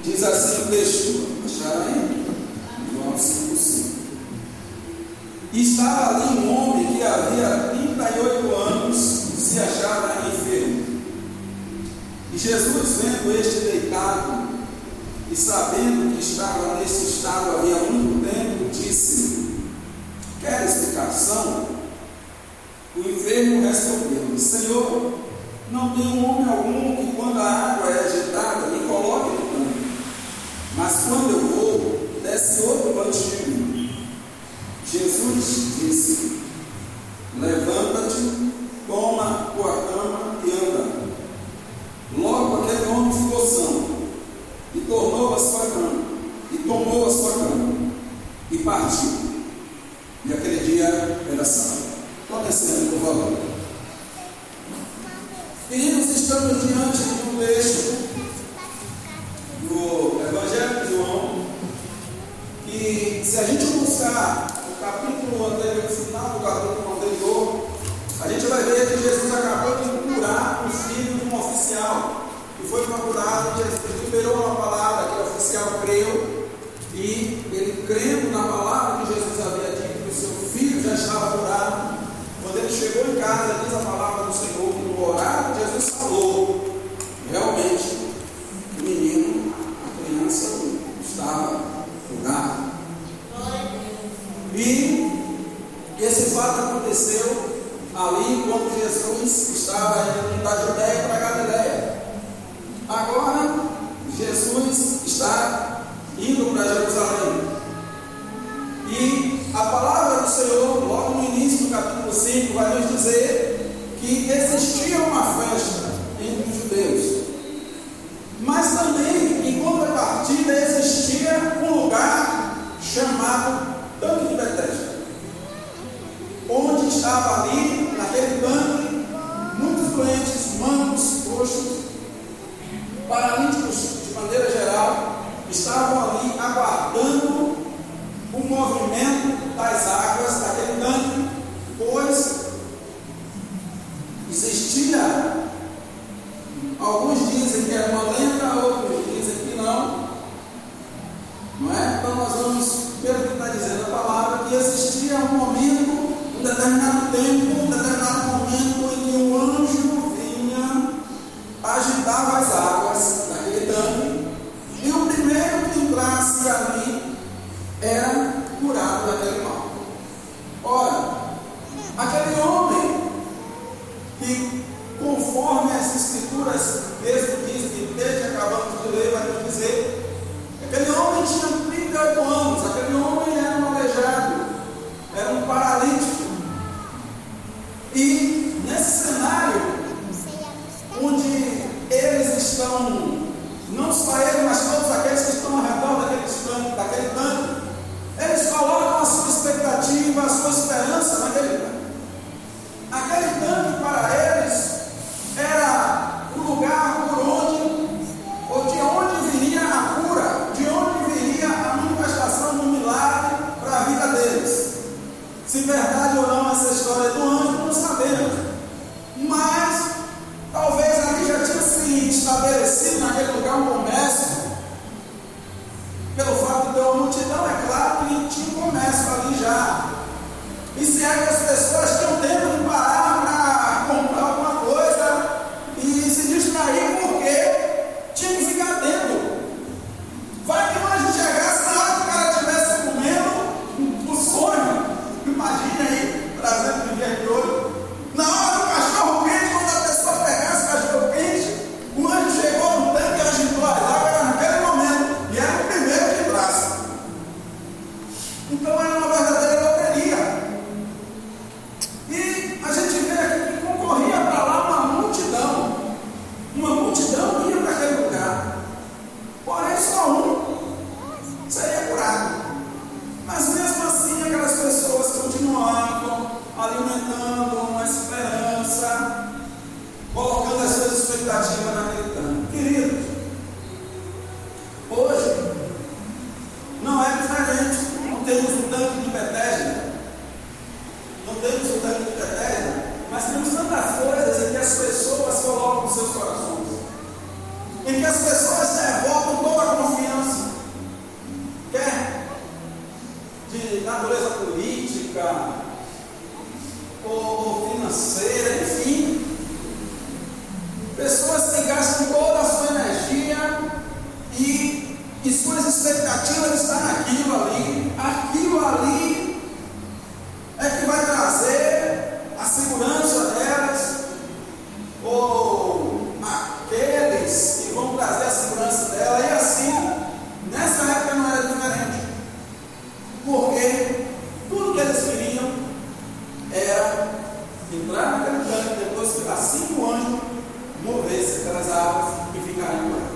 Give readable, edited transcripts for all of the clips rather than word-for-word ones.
Diz assim o texto, acharam aí? João 5,5. E estava ali um homem que havia 38 anos e se achava enfermo. E Jesus, vendo este deitado e sabendo que estava nesse estado havia muito tempo, disse: quer explicação? O enfermo respondeu: Senhor, não tem homem algum que quando a água é agitada me coloque no tanque, mas quando eu vou, desce outro antes de mim. Jesus disse: levanta-te, toma tua cama e anda. Logo aquele homem ficou são e tomou a sua cama e partiu. E aquele dia era sábado. Estou descendo, por favor. Queridos, estamos diante de um texto do Evangelho de João que, se a gente buscar o capítulo anterior, o final do capítulo anterior, a gente vai ver que Jesus acabou de curar o filho de um oficial que foi procurado. Jesus liberou uma palavra que o oficial creu, e ele, crendo na palavra que Jesus havia dito, que o seu filho já estava curado. Quando ele chegou em casa, diz a palavra do Senhor que no horário Jesus falou, realmente o menino, a criança, estava curado. E esse fato aconteceu ali quando Jesus estava indo da Judéia para Galiléia. Agora Jesus está indo para Jerusalém. E a palavra do Senhor, logo no início do capítulo 5, vai nos dizer que existia uma festa entre os judeus. Mas também, em contrapartida, existia um lugar chamado Tanque de Betesda, onde estava ali, naquele tanque, muitos doentes, mancos, coxos, paralíticos, de maneira geral, estavam ali aguardando o movimento das águas daquele tanque, pois existia, alguns dizem que era uma lenda, outros dizem que não é? Então nós vamos, pelo que está dizendo a palavra, que existia um momento, um determinado tempo, um determinado momento em que o anjo vinha, agitava as águas daquele tanque, e o primeiro que entrasse ali era curado daquele mal. Ora, aquele homem que, conforme as escrituras mesmo dizem, que desde acabamos de ler, vai nos dizer, aquele homem tinha 38 anos, aquele homem era um aleijado, era um paralítico. E nesse cenário, onde eles estão, não só ele, mas todos aqueles que estão ao redor daquele tanque, eles colocam a sua expectativa, a sua esperança naquele tanque. Aquele tanque para eles era o lugar por onde, ou de onde viria a cura, de onde viria a manifestação do milagre para a vida deles. Se verdade ou não essa história do anjo, não sabemos. Mas talvez ali já tinha se estabelecido naquele lugar um comércio. Pelo fato de ter uma multidão, é claro que tinha um comércio ali já. E se é que as pessoas tinham tempo de parar e suas expectativas estão naquilo ali. Aquilo ali é que vai trazer a segurança delas, ou aqueles que vão trazer a segurança dela. E assim, nessa época não era diferente, porque tudo que eles queriam era entrar naquele tanque, depois que as 5 anjos movessem aquelas águas e ficarem curados.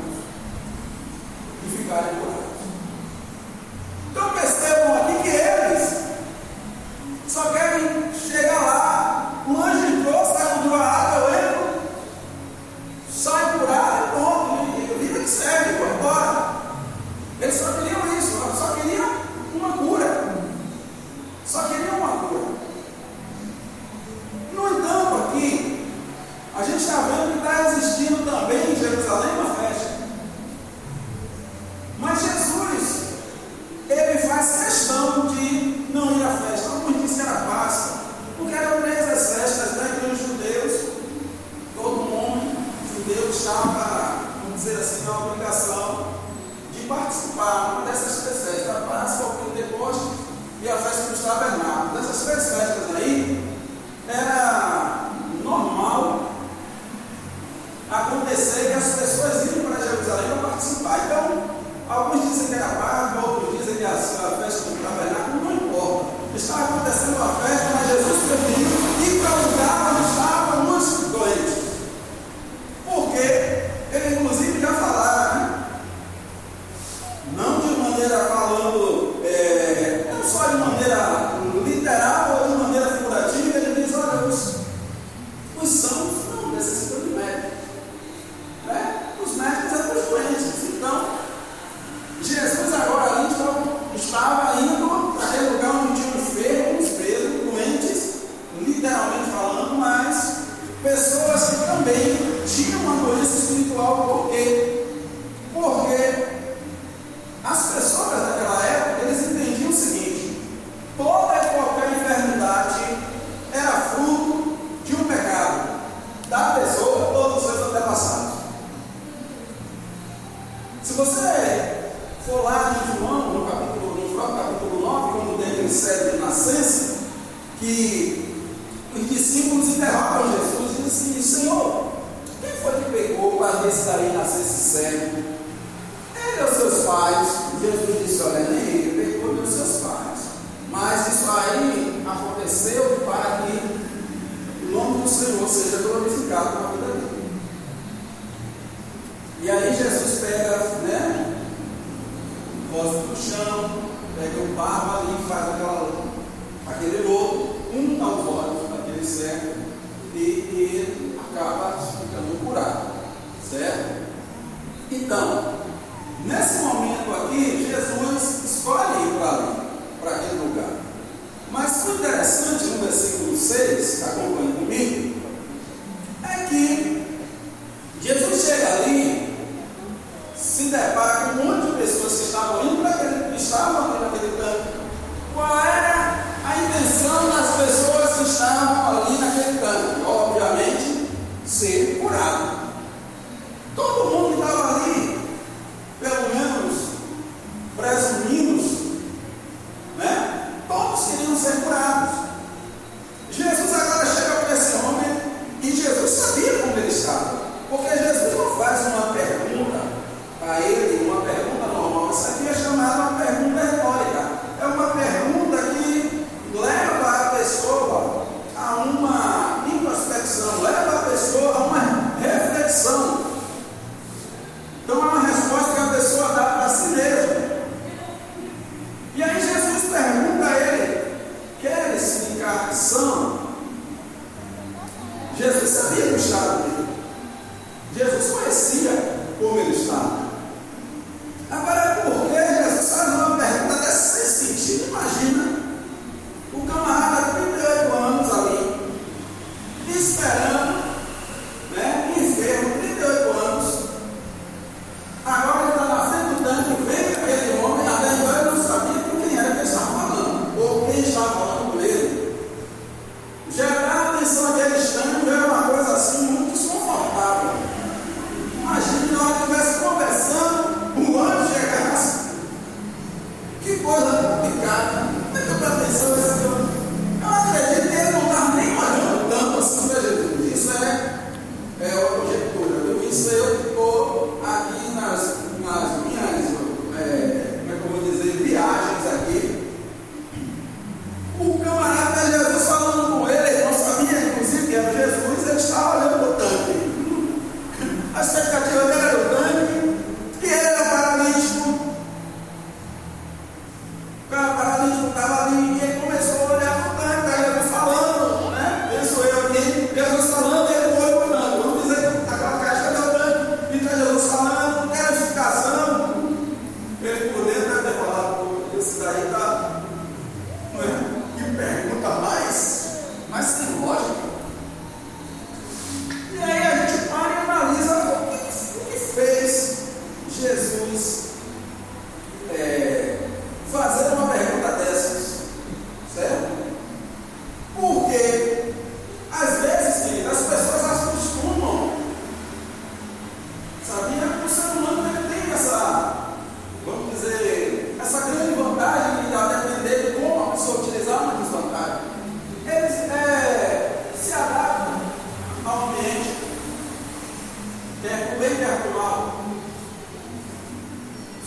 Então percebam aqui que eles só querem chegar lá, o anjo entrou, sacudiu a água, eu entro, sai curado e pronto, e vida que segue, foi embora. Eles só queriam isso, só queriam uma cura. No entanto, aqui, a gente está vendo que está existindo também em Jerusalém uma festa. Mas Jesus, ele faz questão de não ir à festa. Alguns dizem que era Páscoa, porque eram 3 as festas, né, que os judeus, todo mundo, judeu, estava, vamos dizer assim, na obrigação de participar dessas 3 festas, a Páscoa, o Pentecostes e a festa dos tabernáculos. Essas 3 festas aí, era normal acontecer que as pessoas iam para Jerusalém para participar. Então, alguns dizem que era Páscoa, outros dizem que a festa do tabernáculo, não importa. Estava acontecendo uma festa, mas Jesus preferiu ir para o lugar onde estavam os doentes. Porque ele inclusive já falava, né? Não de maneira falando, não só de maneira literal ou de maneira figurativa, ele diz, olha, os sãos não necessitam de médico, né? Os médicos são os doentes. Então, Jesus agora ali estava indo para aquele lugar onde tinham enfermos, presos, doentes, literalmente falando, mas pessoas que também tinham uma doença espiritual. Por quê? Porque as pessoas daquela época, eles entendiam o seguinte: toda e qualquer enfermidade era fruto de um pecado da pessoa ou dos seus antepassados. Se você for lá em João, no capítulo 9, quando tem aquele cego de nascença, que os discípulos interrogam Jesus e dizem assim: Senhor, quem foi que pecou para esse daí nascesse cego? Ele ou seus pais? Jesus disse: olha, nem ele pecou nem os seus pais, mas isso aí aconteceu para que o nome do Senhor seja glorificado na vida dele. E aí Jesus pega, né, rosa do chão, pega o barro ali, faz aquele lodo, unta os olhos daquele cego e ele acaba ficando curado, certo? Então, nesse momento aqui, Jesus escolhe ir para ali, para aquele lugar. Mas o interessante no versículo 6, acompanhe comigo, é que Jesus chega ali, se depara com um monte de pessoas que estavam indo para aquele canto. Qual era a intenção das pessoas que estavam ali naquele canto? Obviamente, ser curado. Todo mundo que estava ali, pelo menos presumimos, né? Todos queriam ser curados. Jesus agora chega para esse homem e Jesus sabia como ele estava, porque Jesus não faz uma pergunta a ele, uma pergunta normal. Isso aqui é chamada uma pergunta retórica. É uma pergunta que leva a pessoa a uma introspecção, leva a pessoa a uma reflexão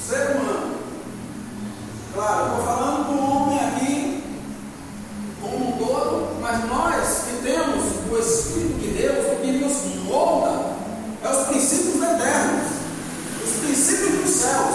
ser humano. Claro, estou falando do homem aqui como um todo, mas nós que temos o Espírito de Deus, o que nos molda é os princípios eternos, os princípios dos céus.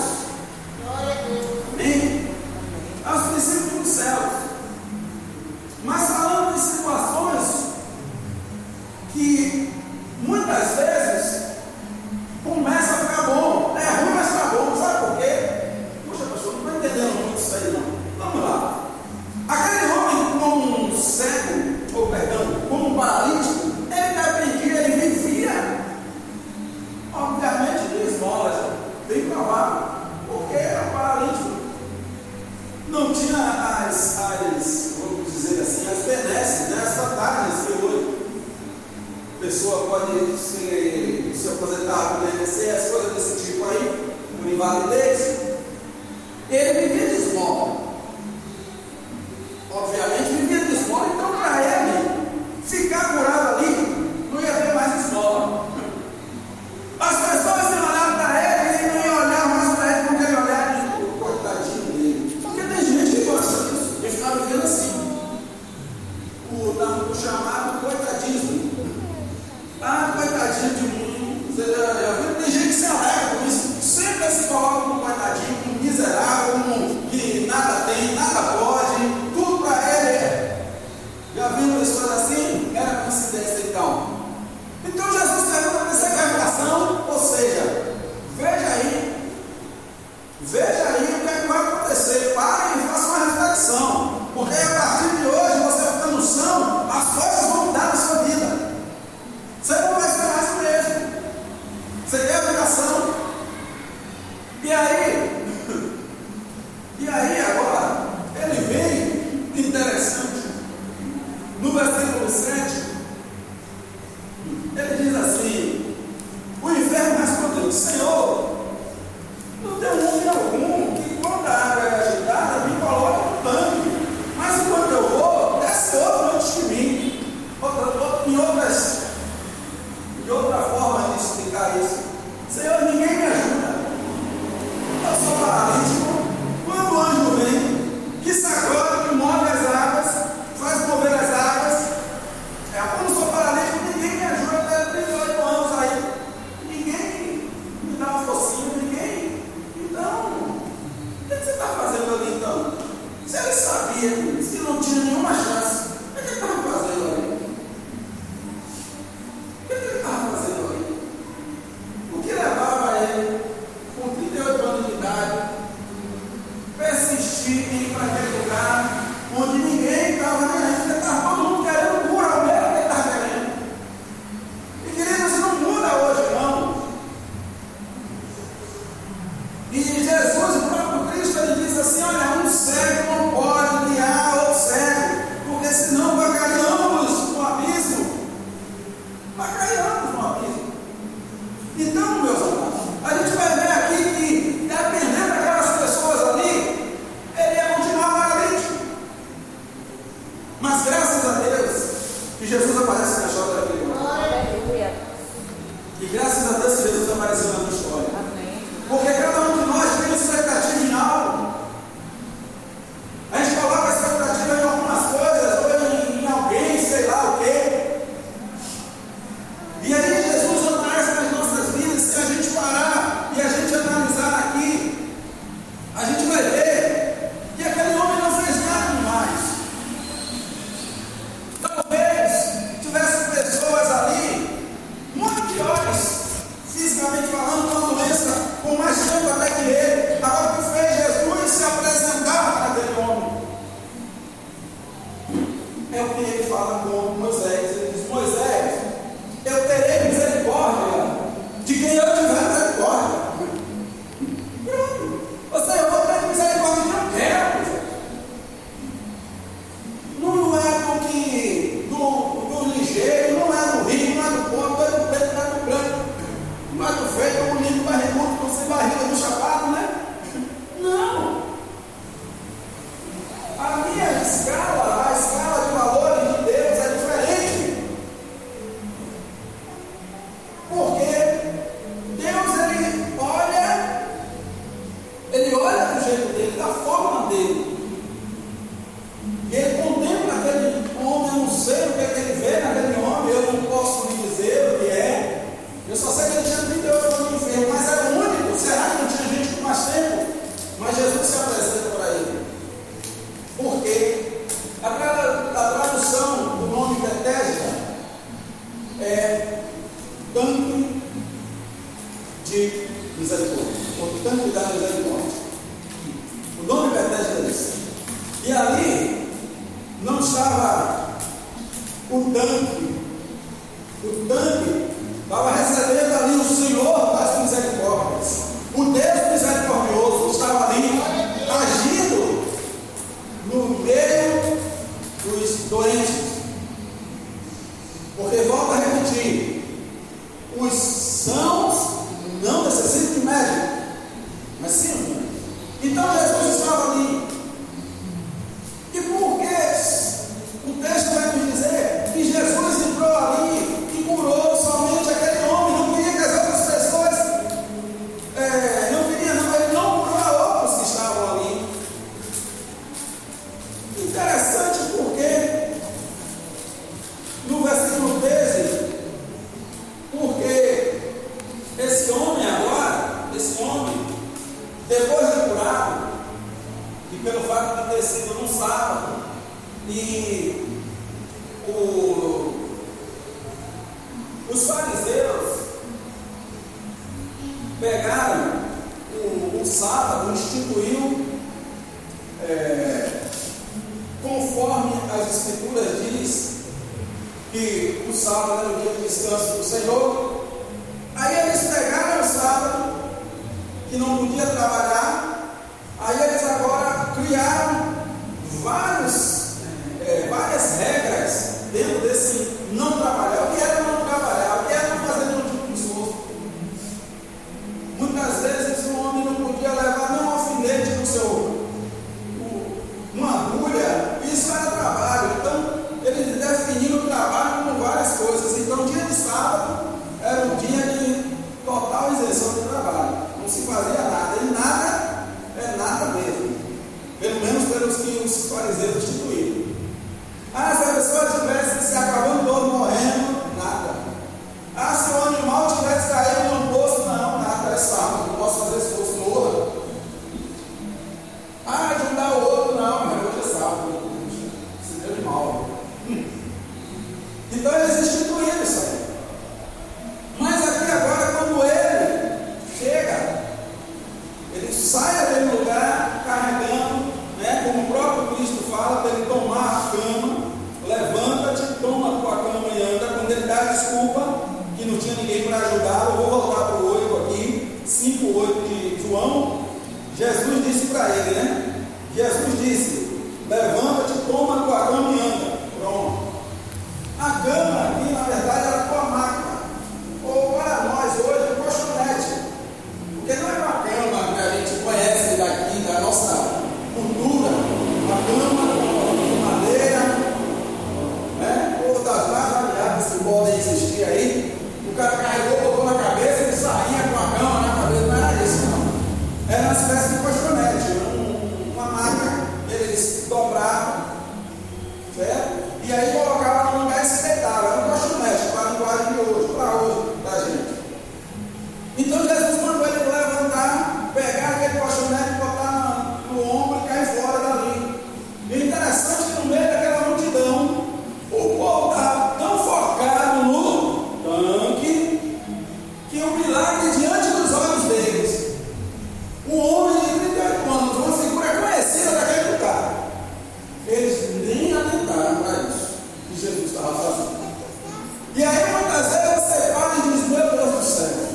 Amém? É os princípios dos céus. Mas falando de situações que muitas vezes começa a ficar bom, é ruim, mas está bom, sabe por quê? Poxa, pastor, não estou entendendo muito isso aí não. Vamos lá. Aquele homem como um cego, ou perdão, como um paralítico, ele dependia, ele vivia, obviamente, de esmolas, bem provável, porque era paralítico. Não tinha vamos dizer assim, as benesses, né, as vantagens que hoje a pessoa pode se aposentar do INSS, coisas desse tipo aí, uma invalidez. Ele vivia de esmola. Obviamente vivia de esmola, então para ele ficar curado ali, não ia ter mais esmola. As pessoas iam olhar para ele e não iam olhar mais para ele, porque ele olhava e coitadinho dele. Porque tem gente que gosta disso, de ficar vivendo assim. O chamado coitadismo. Ah, coitadinho de mim. Você já viu? Tem gente que se alegra com isso. Sempre se coloca como coitadinho, como miserável, como que nada tem, nada pode. Tudo para ele é. Já viu pessoas assim? Era coincidência então. Então Jesus pergunta nessa revelação, ou seja, veja aí o que é que vai acontecer. Pare e faça uma reflexão. Porque a partir de hoje você vai ter noção, as coisas vão mudar na sua vida. Você não vai ser mais o mesmo. Você tem a obrigação. E aí agora, ele vem, interessante, no versículo 7, ele diz assim: o inferno respondeu: Senhor, não tem homem algum que quando a água é agitada me coloque no tanque, mas enquanto eu vou, desce outro antes de mim. De outra forma de explicar isso: Senhor, ninguém me ajuda, eu sou paralítico. Quando o anjo vem, que sacode, que move as águas, faz mover as águas, como sou paralítico, ninguém me ajuda. Até 38 anos aí, ninguém me dá uma forcinha, ninguém. Então, o que você está fazendo ali então? Se ele sabia que não tinha nenhuma chance, o que ele estava fazendo ali? O que levava ele, com 38 anos de idade, persistir em ir para aquele lugar onde ninguém estava nem aí, porque estava todo mundo querendo curar o mesmo que ele estava querendo. E querido, isso não muda hoje, não. E Jesus, o próprio Cristo, ele diz assim: olha, um cego não pode guiar outro cego, porque senão vai cair ambos no abismo. Vai cair ambos no abismo. Então, meus amados, a gente vai ver aqui que, dependendo dele, da forma dele. E ele contempla aquele homem, eu não sei o que é que ele vê naquele homem, eu não posso lhe dizer o que é. Eu só sei que ele tinha 38 anos de enfermo, mas era o único. Será que não tinha gente com mais tempo? Mas Jesus se apresenta para ele. Por quê? A tradução do nome Betesda é tanque de misericórdia, ou tanque da misericórdia. O nome Betesda é isso. E ali não estava o tanque estava recebendo ali o Senhor das misericórdias, o Deus misericordioso estava ali agindo no meio dos doentes. Porque volta a repetir, os sãos não necessitam de médico, mas sim um médico. Então Jesus estava ali. E por que o texto vai nos dizer que Jesus entrou ali e curou somente aquele homem? Não queria que as outras pessoas ele não curou outros que estavam ali. Interessante porque no versículo 13, porque esse homem, depois de curado, e pelo fato de ter sido num sábado, e os fariseus pegaram o sábado, instituiu conforme as escrituras diz que o sábado era o dia de descanso do Senhor. Aí eles pegaram o sábado, que não podia trabalhar, aí eles agora criaram várias regras dentro desse não trabalhar. O que era não trabalhar? O que era não fazer nenhum tipo de esforço? Muitas vezes o homem não podia levar nem um alfinete no seu, uma agulha, isso era trabalho. Então eles definiram o trabalho com várias coisas. Então o dia de sábado era um dia de total isenção de trabalho, não se fazia nada, e nada é nada mesmo, pelo menos pelos que os fariseus instituíram. Se a pessoa tivesse se acabando todo morrendo, nada. Se o animal tivesse caído no poço, não, nada, é sábado, não posso fazer esforço, morra. Ajudar o outro, não, mas hoje é sábado, se deu de mal. Então eles instituíram isso aí. Mas aqui agora, quando ele chega, ele sai daquele lugar carregando, como o próprio Cristo fala, para ele tomar a cama, levanta-te, toma a tua cama e anda. Quando ele dá a desculpa que não tinha ninguém para ajudá-lo, eu vou voltar para o 8 aqui, 5:8 de João. Jesus disse para ele, Jesus disse: levanta-te, toma a tua cama e anda. Pronto. A cama aqui, na verdade, era a tua máquina, ou para nós hoje, o colchonete, porque não é uma cama que a gente conhece daqui, da nossa cultura, uma cama de madeira, ou das mais variadas que podem existir aí. O cara carregou, botou na cabeça, ele saía com a cama na cabeça. Não era isso, não. Era uma espécie de colchonete, uma máquina, eles dobravam, certo? E aí colocavam no lugar e se deitavam. Era um colchonete, para a linguagem de hoje, para hoje, da gente. Então Jesus mandou ele levantar, pegar aquele colchonete, botar no ombro e cair fora dali. E o interessante é que no meio daquela multidão, o povo estava tão focado no tanque que o milagre diante dos olhos deles. Um homem de 38 anos, uma figura conhecida daquele lugar. Eles nem atentaram para isso que Jesus estava fazendo. E aí muitas vezes você fala e diz: meu Deus do céu,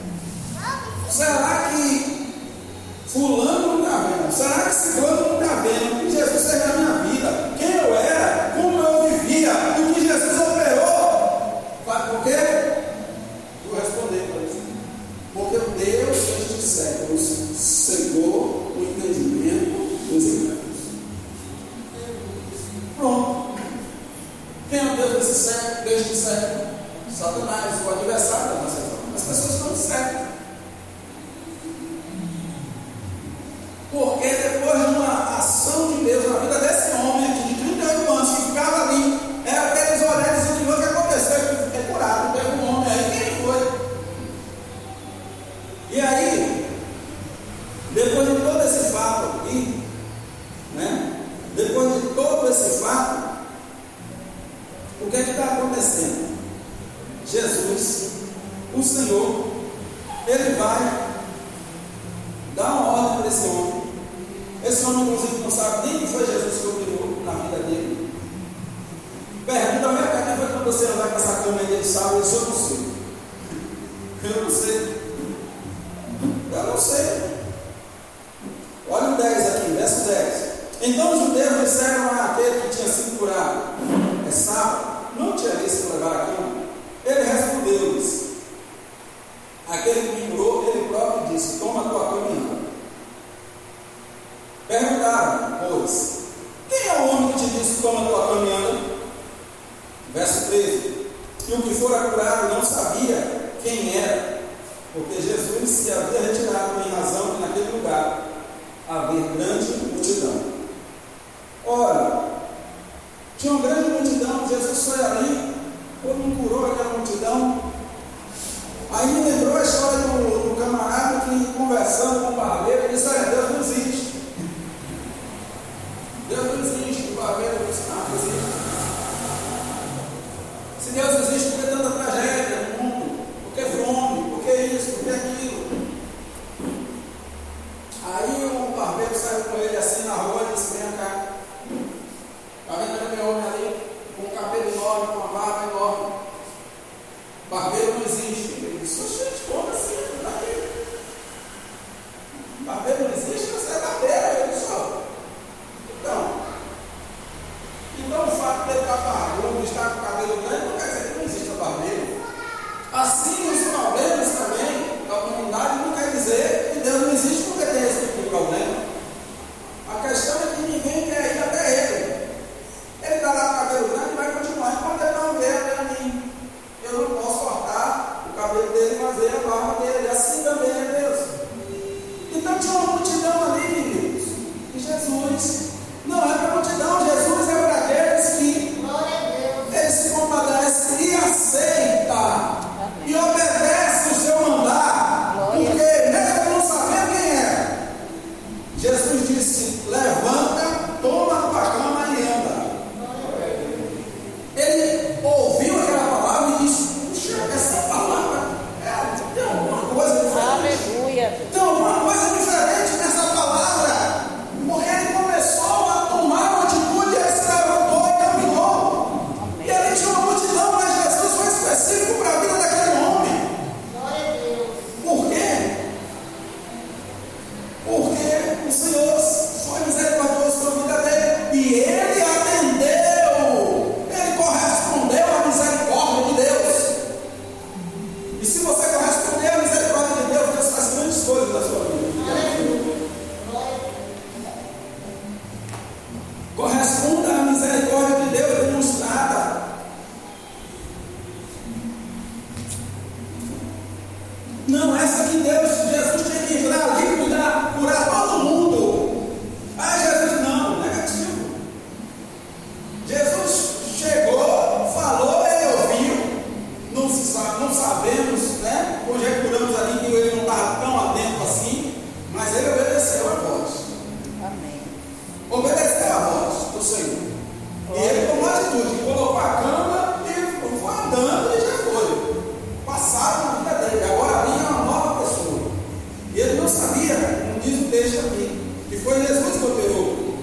será que fulano não está vendo? Será que ciclano não está vendo? Que Jesus serve na minha vida, quem eu era, como eu vivia, o que Jesus operou? Por quê? Vou responder para isso. Porque Deus destes séculos cegou o entendimento dos incrédulos. Pronto. Quem é o Deus desse século, deste século? Satanás, o adversário da nossa vida. As pessoas estão certas. Porque depois dá uma ordem para esse homem. Esse homem, inclusive, não sabe nem que foi Jesus que operou na vida dele. Pergunta: minha cadê foi quando você andar com essa cama aí? Ele sabe, isso eu não sei. Eu não sei. Eu não sei. Olha o 10 aqui, verso 10. Então os judeus disseram àquele que tinha sido curado: é sábado, não te havias levar a cama? Ele respondeu-lhes: aquele que me curou, ele próprio disse: toma a tua cama e anda. Perguntaram, pois, quem é o homem que te disse: toma a tua cama e anda? Verso 13. E o que fora curado não sabia quem era, porque Jesus se havia retirado, em razão de naquele lugar haver grande multidão. Ora, tinha uma grande multidão. Jesus foi ali, como curou aquela multidão. Aí me lembrou a história do camarada que, conversando com o barbeiro, disse: olha, Deus não existe. Deus não existe. O barbeiro disse: não existe. Se Deus existe, por que tanta tragédia no mundo? Por que fome? Por que isso? Por que aquilo? Aí o barbeiro saiu com ele assim na rua e disse: vem cá. Está vendo aquele homem ali, com um cabelo enorme, com uma barba enorme? O barbeiro não existe. Ele disse: gente, como assim? Está aqui. O barbeiro não existe? Você é barbeiro. Eu disse: então o fato de ele estar barbudo, estar com o cabelo grande, não quer dizer que não exista barbeiro. Assim, os problemas também da humanidade não quer dizer que Deus não existe porque tem esse tipo de problema. A questão é que ninguém quer ir até ele. Ele está lá com o cabelo grande e vai continuar. Enquanto ele não vê até mim, eu não posso cortar o cabelo dele e fazer a barba dele. Assim também é Deus. Então tinha uma multidão ali, queridos. E Jesus não é para a multidão. Jesus é para aqueles que ele se compadece e aceita e obedece o seu mandar, porque mesmo não sabendo quem é, Jesus disse: levanta, toma a tua cama e anda. Ele ouviu aquela palavra e disse: puxa, essa palavra tem alguma coisa diferente. Aleluia. Tem alguma coisa diferente nessa palavra, porque ele começou a tomar uma atitude, ele se levantou e caminhou. E ali tinha uma multidão, mas Jesus foi específico para a vida daquele homem. Por quê? Porque o Senhor foi misericordioso com a vida dele e ele atendeu, ele correspondeu à misericórdia de Deus. E se você corresponder à misericórdia de Deus, Deus faz grandes coisas na sua vida. Corresponda à misericórdia de Deus demonstrada. Não, essa que Jesus tinha que ir lá ali curar todo mundo. Ah, Jesus não, negativo. Jesus chegou, falou, ele ouviu. Não sabemos, né? Conjecturamos ali que ele não estava tão atento assim, mas ele obedeceu a voz. Amém. Obedeceu a voz do Senhor. E ele tomou atitude, colocou a cama e foi andando e já foi. Passaram na vida dele. Agora ali é uma nova pessoa. E ele não sabia, não diz o texto aqui, que foi Jesus que operou.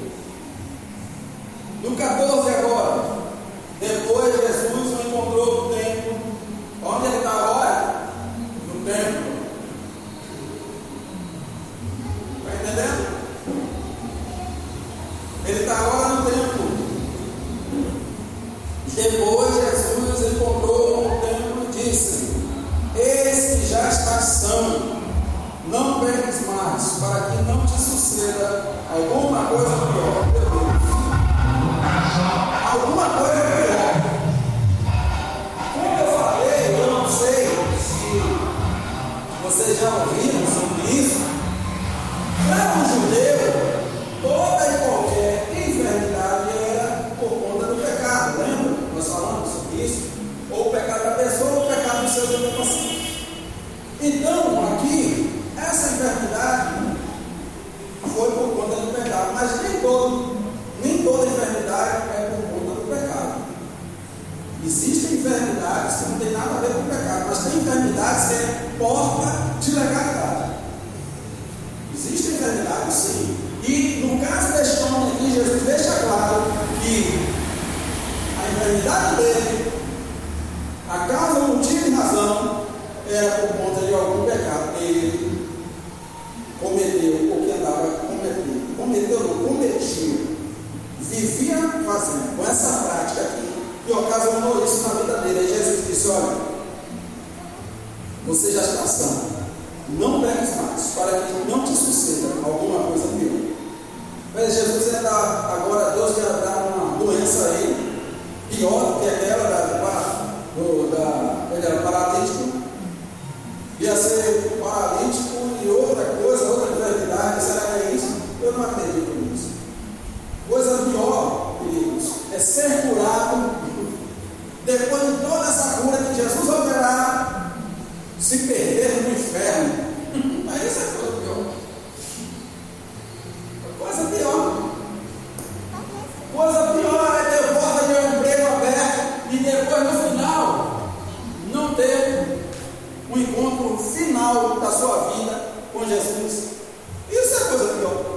No 14 agora, depois Jesus o encontrou no templo. Onde ele está agora? No templo. Está entendendo? Ele está agora no templo. Depois Jesus encontrou no templo e disse: eis que já estás são, não peques mais, para que não te suceda alguma coisa pior. Alguma coisa pior. Como eu falei, eu não sei se vocês já ouviram sobre isso. Para um judeu, toda e qualquer enfermidade era por conta do pecado. Lembra? Nós falamos sobre isso. Ou o pecado da pessoa ou o pecado dos seus antepassados. Então, aqui, essa enfermidade foi por conta do pecado, mas nem toda enfermidade é por conta do pecado. Existem enfermidades que não tem nada a ver com o pecado, mas tem enfermidades que é porta de legalidade. Existem enfermidades, sim. E no caso deste homem aqui, Jesus deixa claro que a enfermidade dele, a causa, o motivo e razão, era por conta de algum pecado que ele cometeu, ou que andava cometendo. Cometia. Vivia fazendo, com essa prática aqui, e ocasionou isso na vida dele. Aí Jesus disse: olha, você já está sã, não peques mais, para que não te suceda alguma coisa pior. Mas Jesus ainda, agora Deus ia dar uma doença aí, pior do que aquela ele era paralítico, ia ser paralítico e outra coisa, outra enfermidade. Será que é isso? Eu não acredito nisso. Coisa pior, queridos, é ser curado, depois de toda essa cura que Jesus operar, se perder no inferno. Aí isso é coisa pior. Coisa pior. Coisa pior é ter porta de um emprego aberto e depois no final não ter um encontro final da sua vida com Jesus. Isso é coisa pior.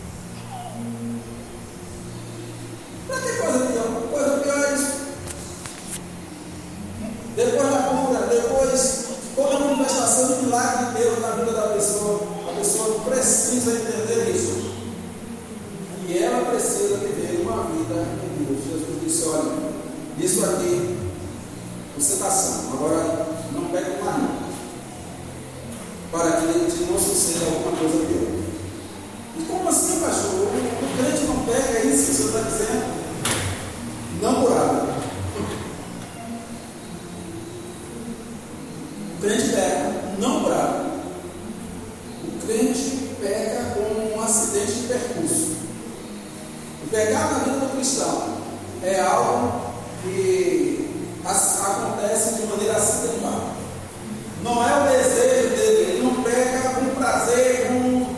Para que coisa pior? Coisa pior é isso. Depois da cura, depois toda a manifestação de milagre de Deus na vida da pessoa, a pessoa precisa entender isso. E ela precisa viver uma vida em Deus. Jesus disse: olha, isso aqui, você está sã, agora não pegue mais, para que não suceda alguma coisa pior. E como assim, pastor? O crente não pega, é isso que o senhor está dizendo? Não curado. O crente pega, não curado. O crente pega como um acidente de percurso. O pecado na vida do cristão é algo que acontece de maneira acidental. Não é o desejo dele, ele não pega com prazer, com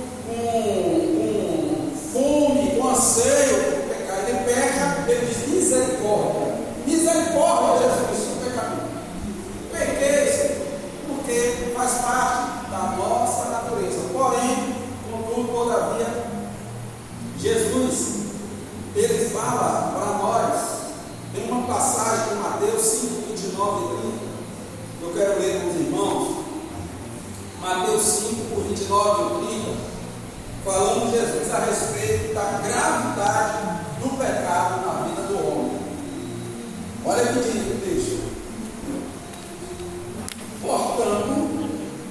fome, com anseio por pecar. Ele peca, ele diz misericórdia. Misericórdia, Jesus, isso é pecado. Pequei, Senhor, porque faz parte da nossa natureza. Porém, contudo, todavia, Jesus, ele fala para nós, tem uma passagem de Mateus 5, 29 e 30, eu quero ler com os irmãos. Mateus 5, por 29 e 30, falando Jesus a respeito da gravidade do pecado na vida do homem. Olha o que diz o texto. Portanto,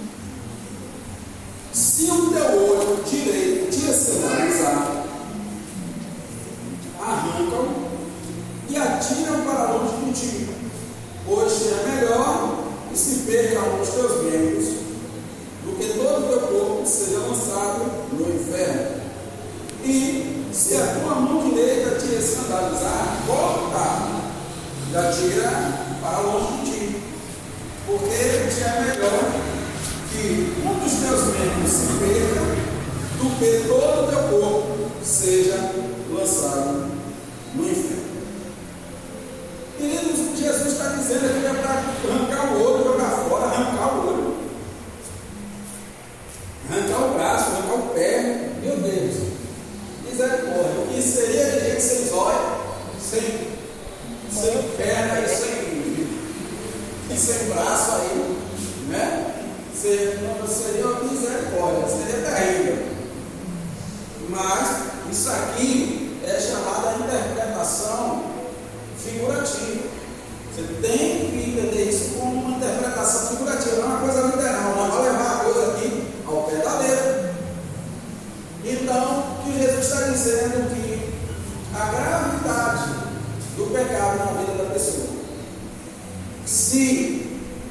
se o teu olho direito te escandalizar, arrancam e atiram para longe de ti, pois é melhor que se perca um dos teus membros do que todo o teu corpo seja lançado no inferno. E se a tua mão direita te escandalizar, corta e atira para longe de ti, porque é melhor que um dos teus membros se perca do que todo o teu corpo seja lançado no inferno. Queridos, Jesus está dizendo aqui é para arrancar o olho, jogar fora, arrancar o olho, arrancar o braço, arrancar o pé. Meu Deus, misericórdia. O que seria de gente sem zóio, sem perna e sem braço aí, né? Seria uma misericórdia, seria terrível. Mas isso aqui é chamada interpretação figurativa. Você tem que entender isso como uma interpretação figurativa, não é uma coisa literal, não vai levar a coisa aqui ao pé da letra. Então, o que Jesus está dizendo é que a gravidade do pecado na vida da pessoa, se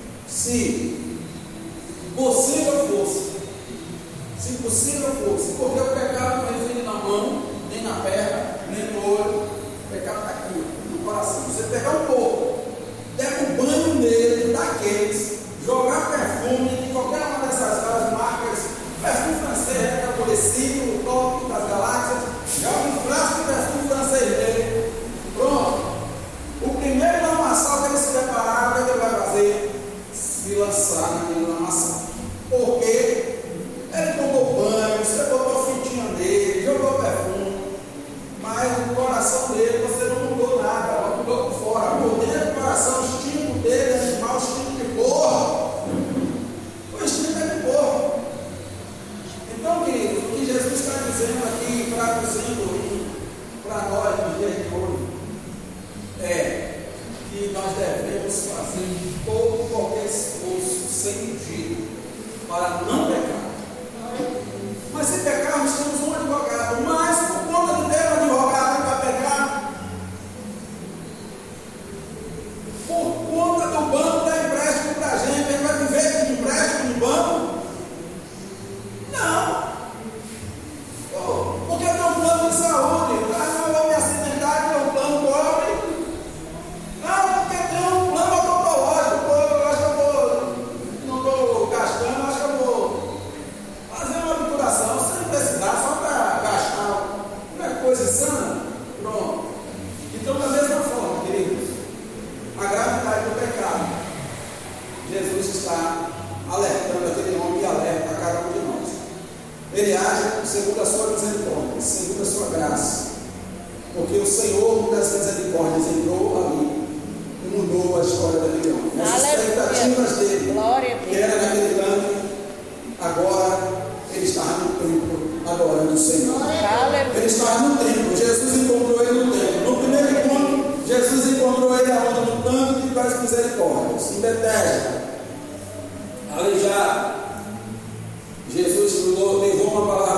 possível fosse, porque o pecado não vem na mão, nem na perna, nem no olho, o pecado está aqui, no coração. Você pegar um pouco, der um banho nele, daqueles, jogar perfume de qualquer uma dessas várias marcas, perfume francês, aborrecido, o top das galáxias, joga um frasco de perfume francês nele, pronto. O primeiro lamaçal que ele se preparar, o que ele vai fazer? Se lançar naquele lamaçal. Porque ele tomou banho, você segundo a sua misericórdia, segundo a sua graça. Porque o Senhor das misericórdias entrou ali e mudou a história daquele homem. As expectativas dele, que era naquele ano, agora ele estava no templo adorando o Senhor. Ele estava no templo. Jesus encontrou ele no templo. No primeiro encontro, Jesus encontrou ele aonde? No tanque das misericórdias, em Betesda, aleijado. Jesus levou uma palavra